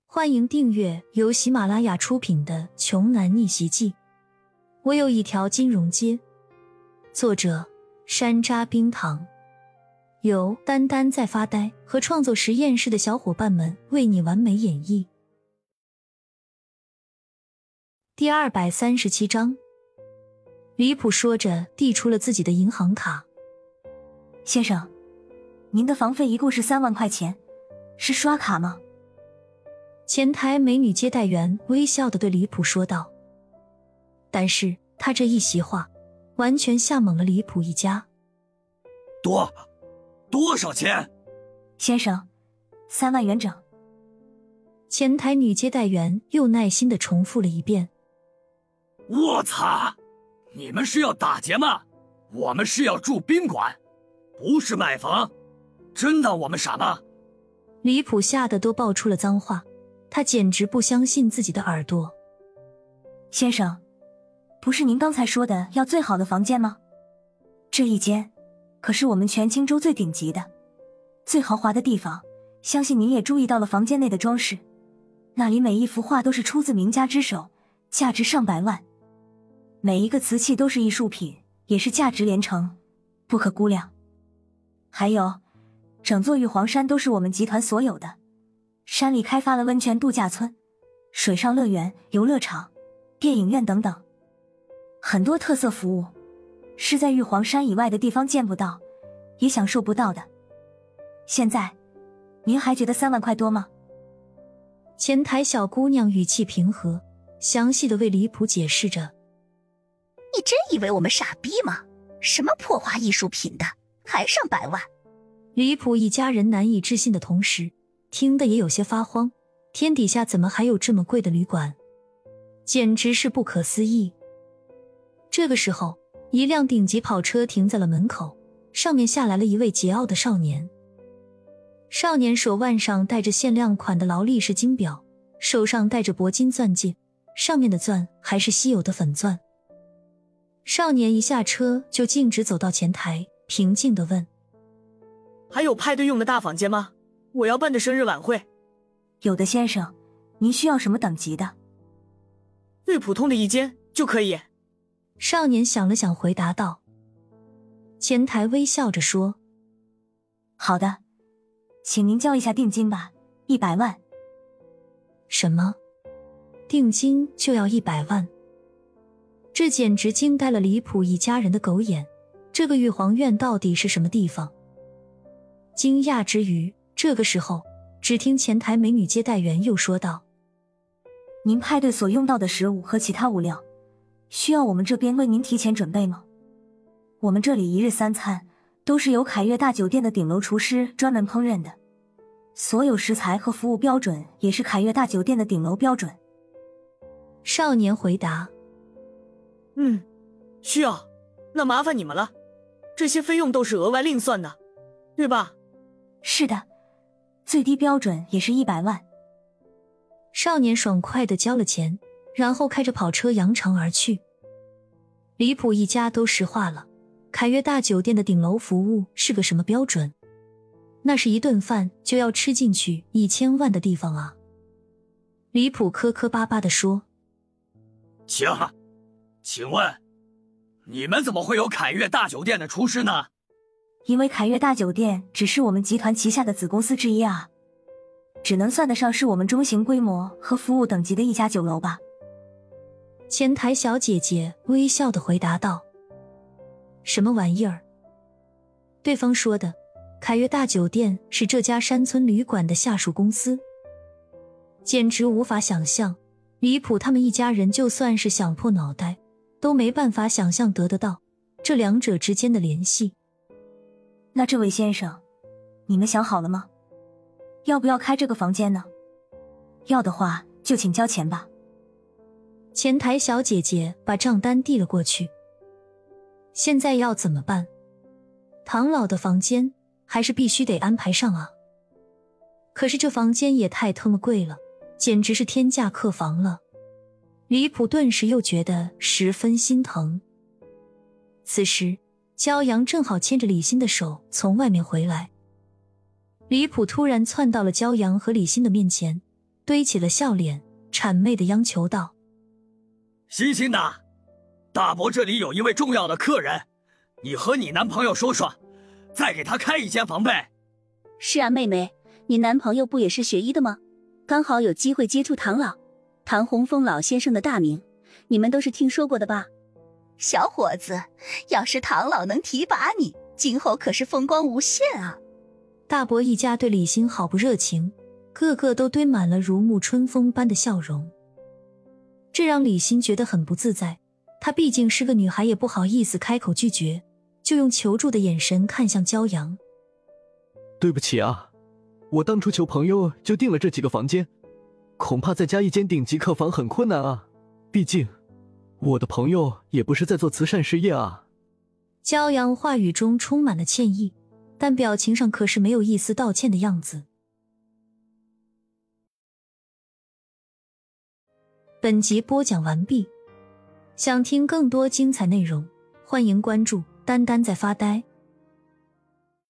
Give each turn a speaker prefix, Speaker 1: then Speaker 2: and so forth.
Speaker 1: 欢迎订阅由喜马拉雅出品的《穷男逆袭记》。我有一条金融街。作者：山楂冰糖，由丹丹在发呆和创作实验室的小伙伴们为你完美演绎。第237章，李普说着递出了自己的银行卡。
Speaker 2: 先生，您的房费一共是3万块钱，是刷卡吗？
Speaker 1: 前台美女接待员微笑地对李普说道。但是他这一席话完全吓懵了李普一家。
Speaker 3: 多少钱？
Speaker 2: 先生，3万元整。
Speaker 1: 前台女接待员又耐心地重复了一遍。
Speaker 3: 我擦，你们是要打劫吗？我们是要住宾馆，不是买房，真当我们傻吗？
Speaker 1: 李普吓得都爆出了脏话，他简直不相信自己的耳朵。
Speaker 2: 先生，不是您刚才说的要最好的房间吗？这一间可是我们全青州最顶级的、最豪华的地方，相信您也注意到了房间内的装饰，那里每一幅画都是出自名家之手，价值上百万，每一个瓷器都是艺术品，也是价值连城，不可估量。还有，整座玉皇山都是我们集团所有的，山里开发了温泉度假村、水上乐园、游乐场、电影院等等，很多特色服务是在玉皇山以外的地方见不到，也享受不到的。现在您还觉得3万块多吗？
Speaker 1: 前台小姑娘语气平和，详细地为李普解释着。
Speaker 4: 你真以为我们傻逼吗？什么破花艺术品的，还上百万？
Speaker 1: 李普一家人难以置信的同时，听得也有些发慌，天底下怎么还有这么贵的旅馆？简直是不可思议。这个时候，一辆顶级跑车停在了门口，上面下来了一位桀骜的少年。少年手腕上戴着限量款的劳力士金表，手上戴着铂金钻戒，上面的钻还是稀有的粉钻。少年一下车就径直走到前台，平静地问：
Speaker 5: 还有派对用的大房间吗？我要办的生日晚会。
Speaker 2: 有的先生，您需要什么等级的？
Speaker 5: 最普通的一间就可以。
Speaker 1: 少年想了想回答道。前台微笑着说：
Speaker 2: 好的，请您交一下定金吧，100万。
Speaker 1: 什么？定金就要100万？这简直惊呆了李普一家人的狗眼，这个玉皇院到底是什么地方？惊讶之余，这个时候只听前台美女接待员又说道：
Speaker 2: 您派对所用到的食物和其他物料，需要我们这边为您提前准备吗？我们这里1日3餐都是由凯悦大酒店的顶楼厨师专门烹饪的，所有食材和服务标准也是凯悦大酒店的顶楼标准。
Speaker 1: 少年回答：
Speaker 5: 需要，那麻烦你们了，这些费用都是额外另算的，对吧？
Speaker 2: 是的，最低标准也是100万。
Speaker 1: 少年爽快地交了钱，然后开着跑车扬长而去。李普一家都石化了，凯悦大酒店的顶楼服务是个什么标准？那是一顿饭就要吃进去1000万的地方啊！李普磕磕巴巴地说：
Speaker 3: 请问你们怎么会有凯悦大酒店的厨师呢？
Speaker 2: 因为凯悦大酒店只是我们集团旗下的子公司之一啊，只能算得上是我们中型规模和服务等级的一家酒楼吧。
Speaker 1: 前台小姐姐微笑地回答道：什么玩意儿？对方说的凯悦大酒店是这家山村旅馆的下属公司，简直无法想象。李普他们一家人就算是想破脑袋都没办法想象得到这两者之间的联系。
Speaker 2: 那这位先生，你们想好了吗？要不要开这个房间呢？要的话就请交钱吧。
Speaker 1: 前台小姐姐把账单递了过去。现在要怎么办？唐老的房间还是必须得安排上啊。可是这房间也太他妈贵了，简直是天价客房了。李普顿时又觉得十分心疼。此时骄阳正好牵着李欣的手从外面回来。李普突然窜到了骄阳和李欣的面前， 堆起了笑脸，谄媚的央求道：
Speaker 3: 欣欣呐，大伯这里有一位重要的客人，你和你男朋友说说，再给他开一间房呗。
Speaker 4: 是啊，妹妹，你男朋友不也是学医的吗？刚好有机会接触唐老，唐洪峰老先生的大名，你们都是听说过的吧？小伙子，要是唐老能提拔你，今后可是风光无限啊！
Speaker 1: 大伯一家对李欣毫不热情，个个都堆满了如沐春风般的笑容，这让李欣觉得很不自在。她毕竟是个女孩，也不好意思开口拒绝，就用求助的眼神看向骄阳。
Speaker 6: 对不起啊，我当初求朋友就订了这几个房间，恐怕再加一间顶级客房很困难啊，毕竟我的朋友也不是在做慈善事业啊。
Speaker 1: 骄阳话语中充满了歉意，但表情上可是没有一丝道歉的样子。本集播讲完毕，想听更多精彩内容，欢迎关注丹丹在发呆。